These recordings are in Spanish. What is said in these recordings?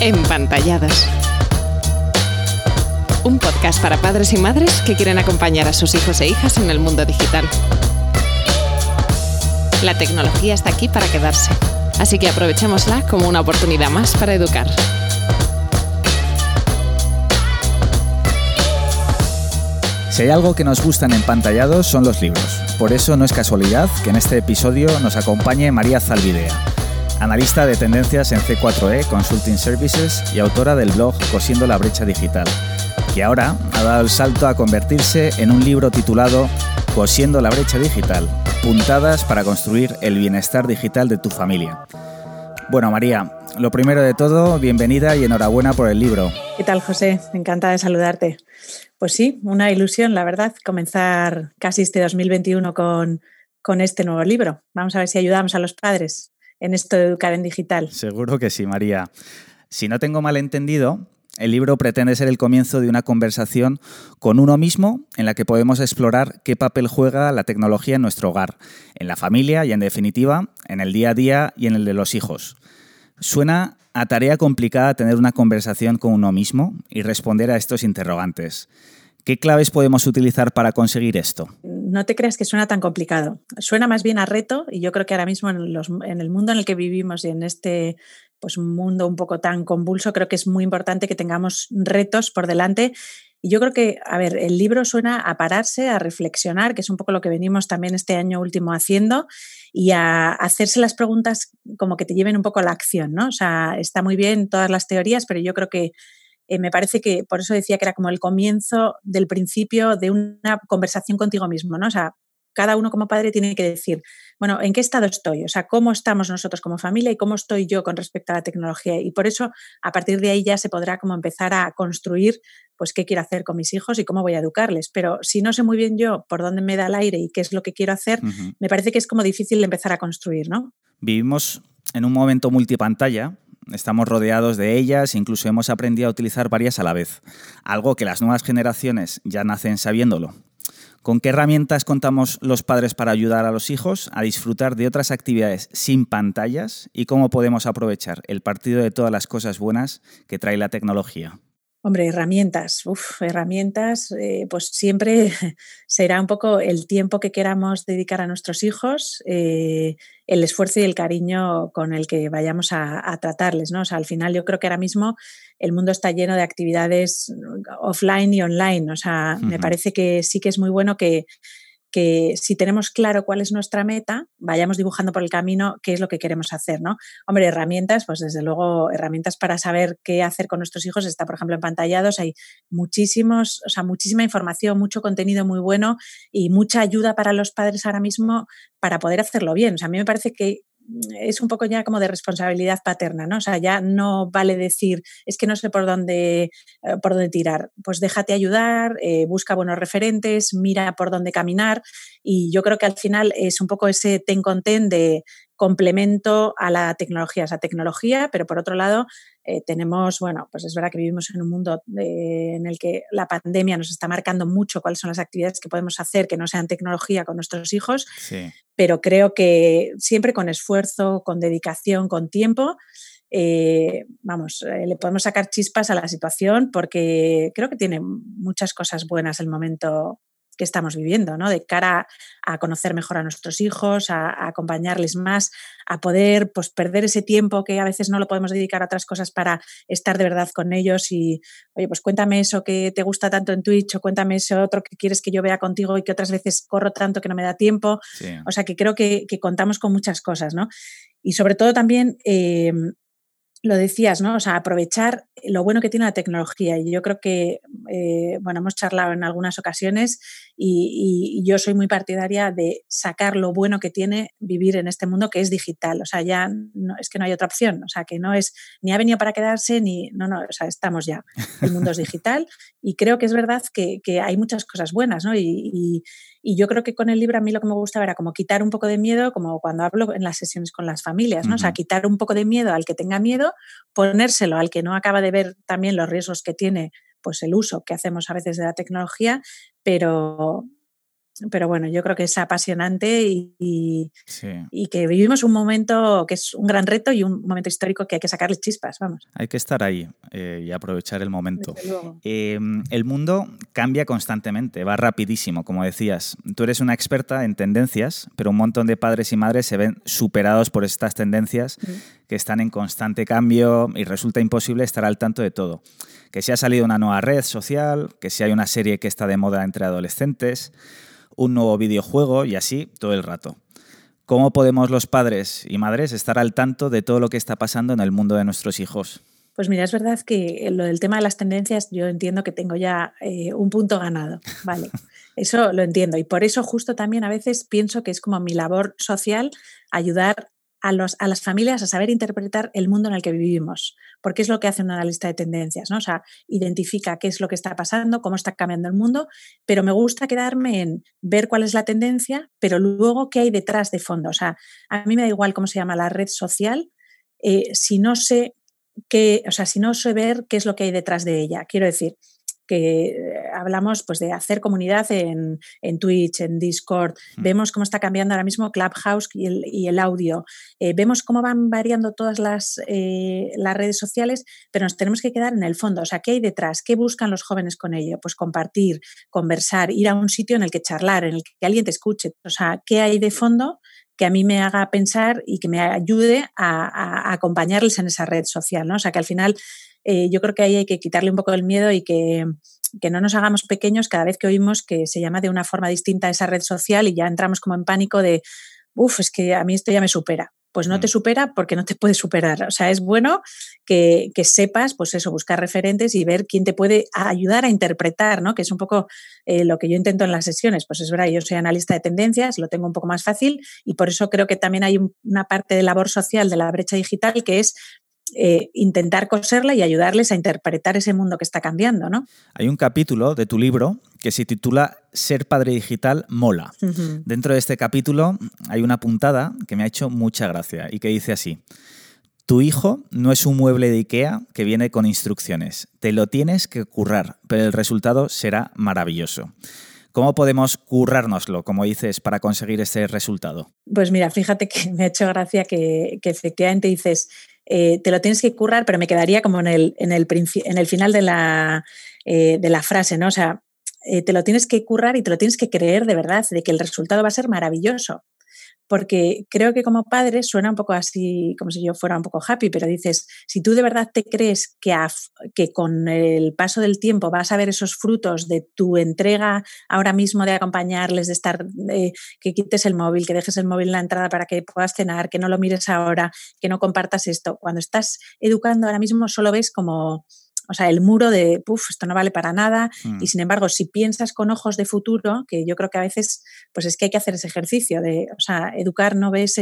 Empantallados. Un podcast para padres y madres que quieren acompañar a sus hijos e hijas en el mundo digital. La tecnología está aquí para quedarse, así que aprovechémosla como una oportunidad más para educar. Si hay algo que nos gusta en Empantallados son los libros. Por eso no es casualidad que en este episodio nos acompañe María Zalbidea, analista de tendencias en C4E Consulting Services y autora del blog Cosiendo la brecha digital, que ahora ha dado el salto a convertirse en un libro titulado Cosiendo la brecha digital, puntadas para construir el bienestar digital de tu familia. Bueno, María, lo primero de todo, bienvenida y enhorabuena por el libro. ¿Qué tal, José? Encantada de saludarte. Pues sí, una ilusión, la verdad, comenzar casi este 2021 con este nuevo libro. Vamos a ver si ayudamos a los padres en esto de educar en digital. Seguro que sí, María. Si no tengo mal entendido, el libro pretende ser el comienzo de una conversación con uno mismo en la que podemos explorar qué papel juega la tecnología en nuestro hogar, en la familia y, en definitiva, en el día a día y en el de los hijos. Suena a tarea complicada tener una conversación con uno mismo y responder a estos interrogantes. ¿Qué claves podemos utilizar para conseguir esto? No te creas que suena tan complicado. Suena más bien a reto, y yo creo que ahora mismo en el mundo en el que vivimos y en este mundo un poco tan convulso, creo que es muy importante que tengamos retos por delante. Y yo creo que, el libro suena a pararse, a reflexionar, que es un poco lo que venimos también este año último haciendo, y a hacerse las preguntas como que te lleven un poco a la acción, ¿no? O sea, está muy bien todas las teorías, pero yo creo que me parece que, por eso decía que era como el comienzo del principio de una conversación contigo mismo, ¿no? O sea, cada uno como padre tiene que decir, bueno, ¿en qué estado estoy? O sea, ¿cómo estamos nosotros como familia y cómo estoy yo con respecto a la tecnología? Y por eso, a partir de ahí ya se podrá como empezar a construir, pues, qué quiero hacer con mis hijos y cómo voy a educarles. Pero si no sé muy bien yo por dónde me da el aire y qué es lo que quiero hacer, me parece que es como difícil de empezar a construir, ¿no? Vivimos en un momento multipantalla. Estamos rodeados de ellas e incluso hemos aprendido a utilizar varias a la vez, algo que las nuevas generaciones ya nacen sabiéndolo. ¿Con qué herramientas contamos los padres para ayudar a los hijos a disfrutar de otras actividades sin pantallas y cómo podemos aprovechar el partido de todas las cosas buenas que trae la tecnología? Hombre, herramientas, pues siempre será un poco el tiempo que queramos dedicar a nuestros hijos, el esfuerzo y el cariño con el que vayamos a tratarles, ¿no? O sea, al final yo creo que ahora mismo el mundo está lleno de actividades offline y online, o sea, me parece que sí que es muy bueno que si tenemos claro cuál es nuestra meta, vayamos dibujando por el camino qué es lo que queremos hacer, ¿no? Hombre, herramientas, pues desde luego, herramientas para saber qué hacer con nuestros hijos está, por ejemplo, Empantallados, hay muchísima información, mucho contenido muy bueno y mucha ayuda para los padres ahora mismo para poder hacerlo bien. O sea, a mí me parece que es un poco ya como de responsabilidad paterna, ¿no? O sea, ya no vale decir, es que no sé por dónde tirar. Pues déjate ayudar, busca buenos referentes, mira por dónde caminar, y yo creo que al final es un poco ese ten con ten de complemento a la tecnología, esa tecnología, pero por otro lado tenemos, pues es verdad que vivimos en un mundo en el que la pandemia nos está marcando mucho cuáles son las actividades que podemos hacer que no sean tecnología con nuestros hijos, sí. Pero creo que siempre con esfuerzo, con dedicación, con tiempo, le podemos sacar chispas a la situación, porque creo que tiene muchas cosas buenas el momento que estamos viviendo, ¿no? De cara a conocer mejor a nuestros hijos, a acompañarles más, a poder, pues, perder ese tiempo que a veces no lo podemos dedicar a otras cosas para estar de verdad con ellos y, oye, pues cuéntame eso que te gusta tanto en Twitch, o cuéntame eso otro que quieres que yo vea contigo y que otras veces corro tanto que no me da tiempo. Sí. O sea, que creo que contamos con muchas cosas, ¿no? Y sobre todo también lo decías, ¿no? O sea, aprovechar lo bueno que tiene la tecnología. Y yo creo que, hemos charlado en algunas ocasiones y yo soy muy partidaria de sacar lo bueno que tiene vivir en este mundo que es digital. O sea, ya no, es que no hay otra opción. O sea, que no es ni ha venido para quedarse ni... No, o sea, estamos ya. El mundo es digital y creo que es verdad que hay muchas cosas buenas, ¿no? Y yo creo que con el libro a mí lo que me gustaba era como quitar un poco de miedo, como cuando hablo en las sesiones con las familias, ¿no? O sea, quitar un poco de miedo al que tenga miedo, ponérselo al que no acaba de ver también los riesgos que tiene, pues el uso que hacemos a veces de la tecnología, pero pero bueno, yo creo que es apasionante Sí. y que vivimos un momento que es un gran reto y un momento histórico que hay que sacarle chispas, vamos. Hay que estar ahí y aprovechar el momento. Desde luego. El mundo cambia constantemente, va rapidísimo, como decías. Tú eres una experta en tendencias, pero un montón de padres y madres se ven superados por estas tendencias que están en constante cambio y resulta imposible estar al tanto de todo. Que si ha salido una nueva red social, que si hay una serie que está de moda entre adolescentes, un nuevo videojuego y así todo el rato. ¿Cómo podemos los padres y madres estar al tanto de todo lo que está pasando en el mundo de nuestros hijos? Pues mira, es verdad que lo del tema de las tendencias yo entiendo que tengo ya un punto ganado, ¿vale? Eso lo entiendo y por eso justo también a veces pienso que es como mi labor social ayudar a las familias a saber interpretar el mundo en el que vivimos, porque es lo que hace un analista de tendencias, ¿no? O sea, identifica qué es lo que está pasando, cómo está cambiando el mundo, pero me gusta quedarme en ver cuál es la tendencia, pero luego qué hay detrás de fondo. O sea, a mí me da igual cómo se llama la red social, si no sé si no sé ver qué es lo que hay detrás de ella. Quiero decir que hablamos pues, de hacer comunidad en Twitch, en Discord, vemos cómo está cambiando ahora mismo Clubhouse y el audio, vemos cómo van variando todas las redes sociales, pero nos tenemos que quedar en el fondo. O sea, ¿qué hay detrás? ¿Qué buscan los jóvenes con ello? Pues compartir, conversar, ir a un sitio en el que charlar, en el que alguien te escuche. O sea, ¿qué hay de fondo que a mí me haga pensar y que me ayude a acompañarles en esa red social, ¿no? O sea, que al final yo creo que ahí hay que quitarle un poco el miedo y que no nos hagamos pequeños cada vez que oímos que se llama de una forma distinta a esa red social y ya entramos como en pánico de, es que a mí esto ya me supera. Pues no te supera porque no te puede superar. O sea, es bueno que sepas, pues eso, buscar referentes y ver quién te puede ayudar a interpretar, ¿no? Que es un poco lo que yo intento en las sesiones. Pues es verdad, yo soy analista de tendencias, lo tengo un poco más fácil y por eso creo que también hay una parte de labor social de la brecha digital que es intentar coserla y ayudarles a interpretar ese mundo que está cambiando, ¿no? Hay un capítulo de tu libro que se titula Ser padre digital mola. Uh-huh. Dentro de este capítulo hay una puntada que me ha hecho mucha gracia y que dice así: tu hijo no es un mueble de IKEA que viene con instrucciones. Te lo tienes que currar, pero el resultado será maravilloso. ¿Cómo podemos currárnoslo, como dices, para conseguir ese resultado? Pues mira, fíjate que me ha hecho gracia que efectivamente dices, te lo tienes que currar, pero me quedaría como en el final de la frase, ¿no? O sea, te lo tienes que currar y te lo tienes que creer de verdad, de que el resultado va a ser maravilloso. Porque creo que como padre suena un poco así, como si yo fuera un poco happy, pero dices, si tú de verdad te crees que con el paso del tiempo vas a ver esos frutos de tu entrega ahora mismo de acompañarles, de estar, que quites el móvil, que dejes el móvil en la entrada para que puedas cenar, que no lo mires ahora, que no compartas esto. Cuando estás educando ahora mismo solo ves como... O sea, el muro de, esto no vale para nada. Y sin embargo, si piensas con ojos de futuro, que yo creo que a veces, pues es que hay que hacer ese ejercicio de, o sea, educar no ves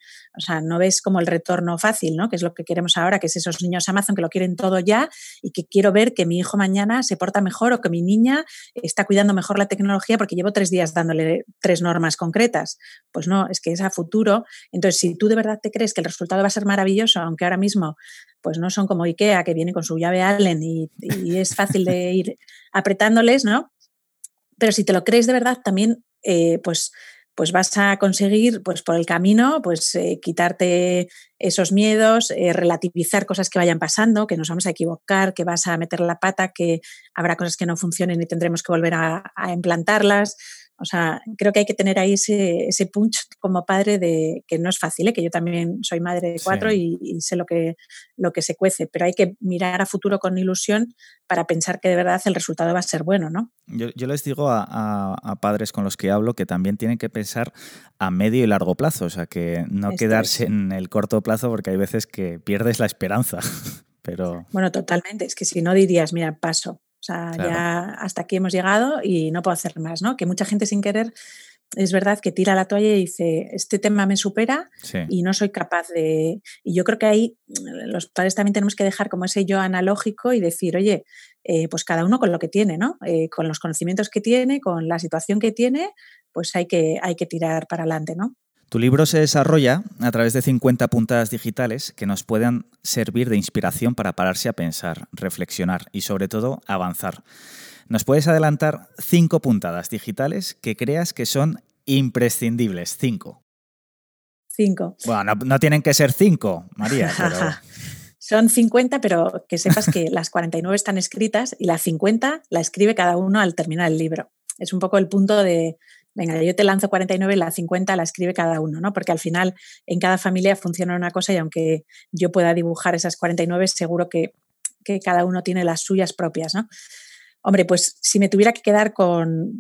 no ves como el retorno fácil, ¿no? Que es lo que queremos ahora, que es esos niños Amazon que lo quieren todo ya y que quiero ver que mi hijo mañana se porta mejor o que mi niña está cuidando mejor la tecnología porque llevo 3 días dándole 3 normas concretas. Pues no, es que es a futuro. Entonces, si tú de verdad te crees que el resultado va a ser maravilloso, aunque ahora mismo pues no son como IKEA, que viene con su llave Allen y es fácil de ir apretándoles, ¿no? Pero si te lo crees de verdad, también pues vas a conseguir pues por el camino pues quitarte esos miedos, relativizar cosas que vayan pasando, que nos vamos a equivocar, que vas a meter la pata, que habrá cosas que no funcionen y tendremos que volver a implantarlas. O sea, creo que hay que tener ahí ese punch como padre de que no es fácil, que yo también soy madre de 4 sí. y sé lo que se cuece, pero hay que mirar a futuro con ilusión para pensar que de verdad el resultado va a ser bueno, ¿no? Yo les digo a padres con los que hablo que también tienen que pensar a medio y largo plazo, o sea, que no quedarse en el corto plazo porque hay veces que pierdes la esperanza. Pero... Bueno, totalmente, es que si no dirías, mira, paso. O sea, claro. Ya hasta aquí hemos llegado y no puedo hacer más, ¿no? Que mucha gente sin querer, es verdad que tira la toalla y dice, este tema me supera y no soy capaz de... Y yo creo que ahí los padres también tenemos que dejar como ese yo analógico y decir, oye, pues cada uno con lo que tiene, ¿no? Con los conocimientos que tiene, con la situación que tiene, pues hay que tirar para adelante, ¿no? Tu libro se desarrolla a través de 50 puntadas digitales que nos puedan servir de inspiración para pararse a pensar, reflexionar y, sobre todo, avanzar. ¿Nos puedes adelantar 5 puntadas digitales que creas que son imprescindibles? 5. 5. Bueno, no tienen que ser 5, María, pero... Son 50, pero que sepas que las 49 están escritas y la 50 la escribe cada uno al terminar el libro. Es un poco el punto de... Venga, yo te lanzo 49 y la 50 la escribe cada uno, ¿no? Porque al final en cada familia funciona una cosa y aunque yo pueda dibujar esas 49, seguro que cada uno tiene las suyas propias, ¿no? Hombre, pues si me tuviera que quedar con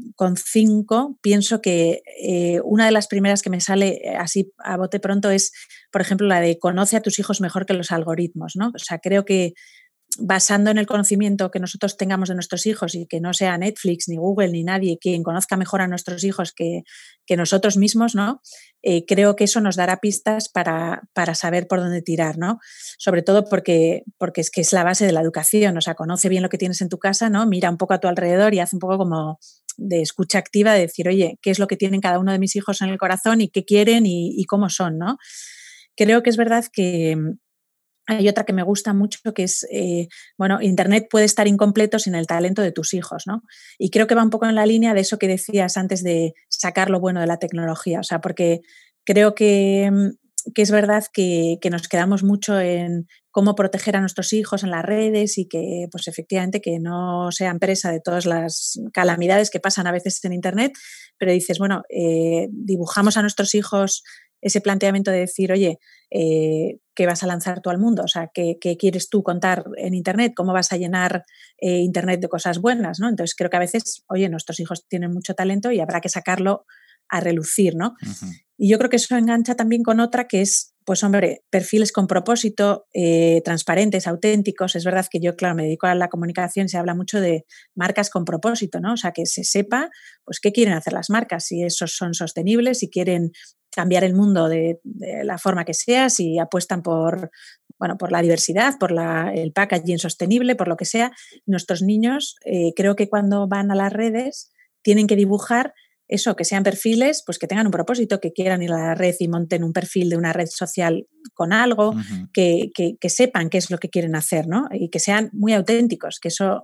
5, pienso que una de las primeras que me sale así a bote pronto es, por ejemplo, la de conoce a tus hijos mejor que los algoritmos, ¿no? O sea, creo que basando en el conocimiento que nosotros tengamos de nuestros hijos y que no sea Netflix, ni Google, ni nadie quien conozca mejor a nuestros hijos que nosotros mismos, ¿no? Creo que eso nos dará pistas para saber por dónde tirar, ¿no? Sobre todo porque es que es la base de la educación, o sea, conoce bien lo que tienes en tu casa, ¿no? Mira un poco a tu alrededor y haz un poco como de escucha activa, de decir, oye, ¿qué es lo que tienen cada uno de mis hijos en el corazón y qué quieren y cómo son, ¿no? Creo que es verdad que hay otra que me gusta mucho que es, Internet puede estar incompleto sin el talento de tus hijos, ¿no? Y creo que va un poco en la línea de eso que decías antes de sacar lo bueno de la tecnología, o sea, porque creo que es verdad que nos quedamos mucho en cómo proteger a nuestros hijos en las redes y que, pues efectivamente, que no sean presa de todas las calamidades que pasan a veces en Internet, pero dices, bueno, dibujamos a nuestros hijos ese planteamiento de decir, oye, ¿qué vas a lanzar tú al mundo? O sea, ¿qué quieres tú contar en Internet? ¿Cómo vas a llenar Internet de cosas buenas? ¿No? Entonces creo que a veces, oye, nuestros hijos tienen mucho talento y habrá que sacarlo a relucir, ¿no? Uh-huh. Y yo creo que eso engancha también con otra que es, pues hombre, perfiles con propósito, transparentes, auténticos. Es verdad que yo, claro, me dedico a la comunicación y se habla mucho de marcas con propósito, ¿no? O sea, que se sepa, pues, qué quieren hacer las marcas, si esos son sostenibles, si quieren cambiar el mundo de la forma que sea, si apuestan por la diversidad, por el packaging sostenible, por lo que sea. Nuestros niños, creo que cuando van a las redes tienen que dibujar eso, que sean perfiles, pues que tengan un propósito, que quieran ir a la red y monten un perfil de una red social con algo, Uh-huh. que sepan qué es lo que quieren hacer, ¿no? Y que sean muy auténticos, que eso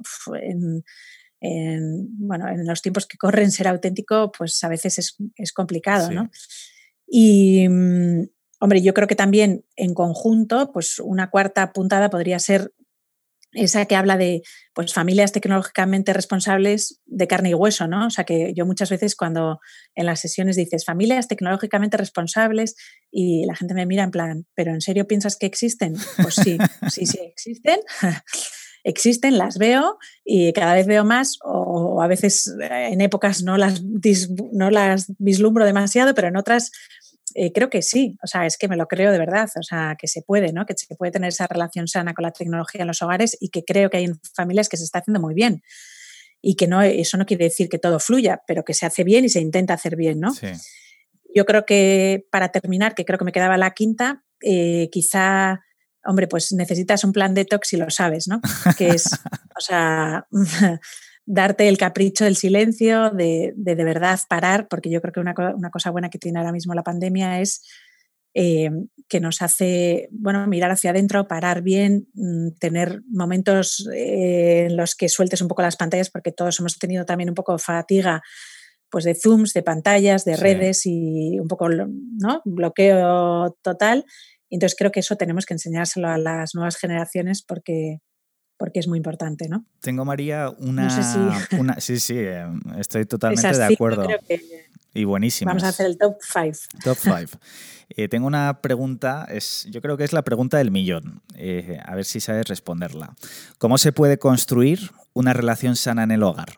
en los tiempos que corren ser auténtico, pues a veces es complicado, Sí. ¿no? Y, hombre, yo creo que también en conjunto, pues una cuarta puntada podría ser esa que habla de, pues, familias tecnológicamente responsables de carne y hueso, ¿no? O sea, que yo muchas veces cuando en las sesiones dices familias tecnológicamente responsables y la gente me mira en plan, ¿pero en serio piensas que existen? Pues sí, sí existen. Existen, las veo y cada vez veo más o a veces en épocas no las vislumbro demasiado, pero en otras creo que sí, o sea, es que me lo creo de verdad, o sea, que se puede, ¿no? Que se puede tener esa relación sana con la tecnología en los hogares y que creo que hay familias que se está haciendo muy bien y que eso no quiere decir que todo fluya, pero que se hace bien y se intenta hacer bien, ¿no? Sí. Yo creo que para terminar, que creo que me quedaba la quinta, quizá, hombre, pues necesitas un plan detox y lo sabes, ¿no? Que es, o sea, darte el capricho del silencio, de verdad parar, porque yo creo que una cosa buena que tiene ahora mismo la pandemia es que nos hace, mirar hacia adentro, parar bien, tener momentos en los que sueltes un poco las pantallas, porque todos hemos tenido también un poco de fatiga, pues de zooms, de pantallas, de redes y un poco, ¿no? Bloqueo total. Entonces creo que eso tenemos que enseñárselo a las nuevas generaciones porque es muy importante, ¿no? Tengo, María, No sé si... Sí, estoy totalmente Esas de 5 acuerdo. creo que Y buenísimas. Vamos a hacer el top 5. Top 5. Tengo una pregunta, yo creo que es la pregunta del millón. A ver si sabes responderla. ¿Cómo se puede construir una relación sana en el hogar?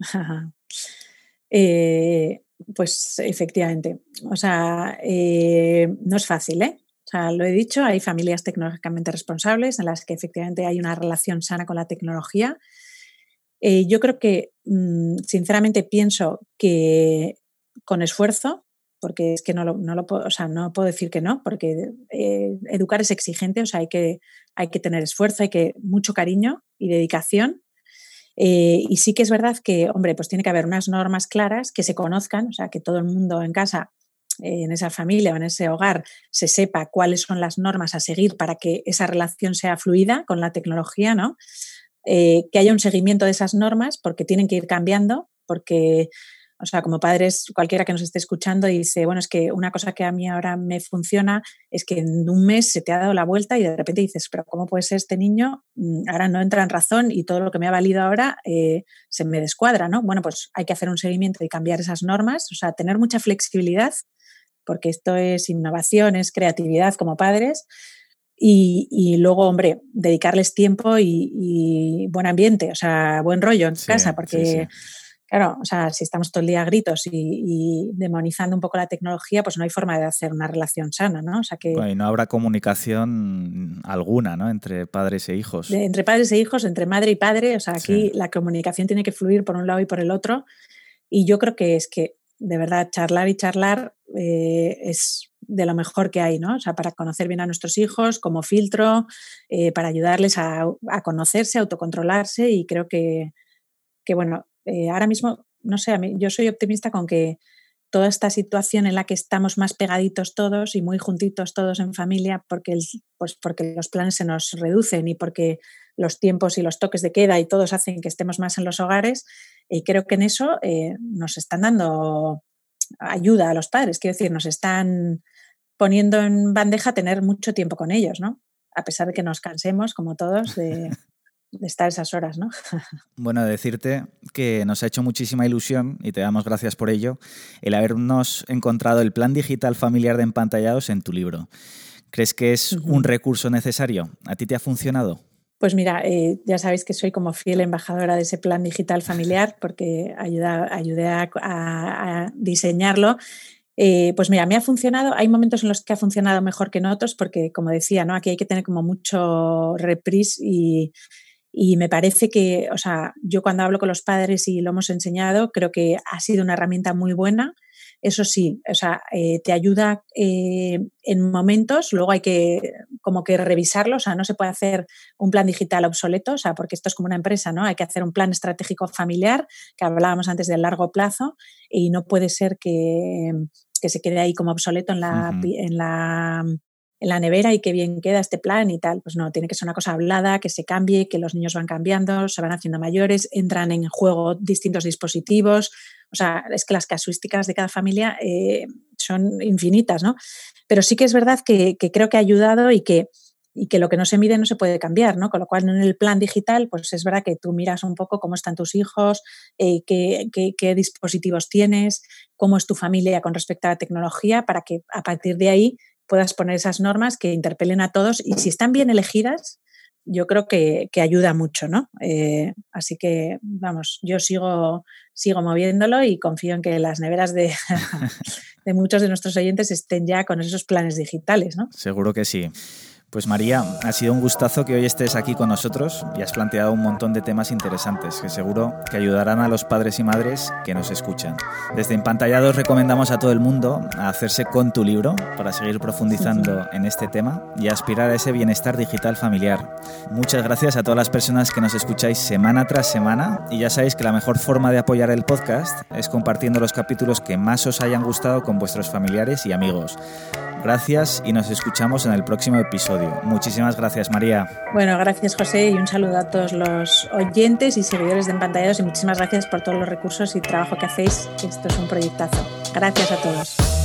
Pues efectivamente. O sea, no es fácil, ¿eh? O sea, lo he dicho, hay familias tecnológicamente responsables en las que efectivamente hay una relación sana con la tecnología. Yo creo que, sinceramente, pienso que con esfuerzo, porque es que no lo puedo, o sea, no puedo decir que no, porque educar es exigente, o sea, hay que tener esfuerzo, mucho cariño y dedicación. Y sí que es verdad que, hombre, pues tiene que haber unas normas claras que se conozcan, o sea, que todo el mundo en casa en esa familia o en ese hogar se sepa cuáles son las normas a seguir para que esa relación sea fluida con la tecnología, ¿no? Que haya un seguimiento de esas normas porque tienen que ir cambiando, porque, o sea, como padres, cualquiera que nos esté escuchando dice, bueno, es que una cosa que a mí ahora me funciona es que en un mes se te ha dado la vuelta y de repente dices, pero ¿cómo puede ser este niño? Ahora no entra en razón y todo lo que me ha valido ahora se me descuadra, ¿no? Bueno, pues hay que hacer un seguimiento y cambiar esas normas, o sea, tener mucha flexibilidad, porque esto es innovación, es creatividad como padres. Y luego, hombre, dedicarles tiempo y buen ambiente, o sea, buen rollo en casa, porque, claro, o sea, si estamos todo el día a gritos y demonizando un poco la tecnología, pues no hay forma de hacer una relación sana, ¿no? O sea que... Bueno, y no habrá comunicación alguna, ¿no? Entre padres e hijos. Entre padres e hijos, entre madre y padre, o sea, aquí la comunicación tiene que fluir por un lado y por el otro. Y yo creo que es que, de verdad, charlar es de lo mejor que hay, ¿no? O sea, para conocer bien a nuestros hijos como filtro, para ayudarles a conocerse, a autocontrolarse, y creo que bueno, ahora mismo, no sé, yo soy optimista con que toda esta situación en la que estamos más pegaditos todos y muy juntitos todos en familia, porque los planes se nos reducen y porque los tiempos y los toques de queda y todos hacen que estemos más en los hogares, y creo que en eso nos están dando ayuda a los padres, quiero decir, nos están poniendo en bandeja tener mucho tiempo con ellos, ¿no? A pesar de que nos cansemos, como todos, de estar esas horas, ¿no? Bueno, decirte que nos ha hecho muchísima ilusión, y te damos gracias por ello, el habernos encontrado el plan digital familiar de Empantallados en tu libro. ¿Crees que es un recurso necesario? ¿A ti te ha funcionado? Pues mira, ya sabéis que soy como fiel embajadora de ese plan digital familiar porque ayudé a diseñarlo. Pues mira, me ha funcionado. Hay momentos en los que ha funcionado mejor que en otros porque, como decía, ¿no? Aquí hay que tener como mucho reprise y me parece que, o sea, yo cuando hablo con los padres y lo hemos enseñado, creo que ha sido una herramienta muy buena. Eso sí, o sea, te ayuda en momentos, luego hay que como que revisarlo, o sea, no se puede hacer un plan digital obsoleto, o sea, porque esto es como una empresa, ¿no? Hay que hacer un plan estratégico familiar, que hablábamos antes del largo plazo, y no puede ser que se quede ahí como obsoleto en la nevera y qué bien queda este plan y tal. Pues no, tiene que ser una cosa hablada, que se cambie, que los niños van cambiando, se van haciendo mayores, entran en juego distintos dispositivos. O sea, es que las casuísticas de cada familia son infinitas, ¿no? Pero sí que es verdad que creo que ha ayudado y que lo que no se mide no se puede cambiar, ¿no? Con lo cual, en el plan digital, pues es verdad que tú miras un poco cómo están tus hijos, qué dispositivos tienes, cómo es tu familia con respecto a la tecnología, para que a partir de ahí puedas poner esas normas que interpelen a todos, y si están bien elegidas, yo creo que ayuda mucho, ¿no? Así que, vamos, yo sigo moviéndolo y confío en que las neveras de muchos de nuestros oyentes estén ya con esos planes digitales, ¿no? Seguro que sí. Pues María, ha sido un gustazo que hoy estés aquí con nosotros y has planteado un montón de temas interesantes que seguro que ayudarán a los padres y madres que nos escuchan. Desde Empantallados recomendamos a todo el mundo a hacerse con tu libro para seguir profundizando en este tema y aspirar a ese bienestar digital familiar. Muchas gracias a todas las personas que nos escucháis semana tras semana, y ya sabéis que la mejor forma de apoyar el podcast es compartiendo los capítulos que más os hayan gustado con vuestros familiares y amigos. Gracias y nos escuchamos en el próximo episodio. Muchísimas gracias, María. Bueno, gracias, José, y un saludo a todos los oyentes y seguidores de Empantallados, y muchísimas gracias por todos los recursos y trabajo que hacéis. Esto es un proyectazo. Gracias a todos.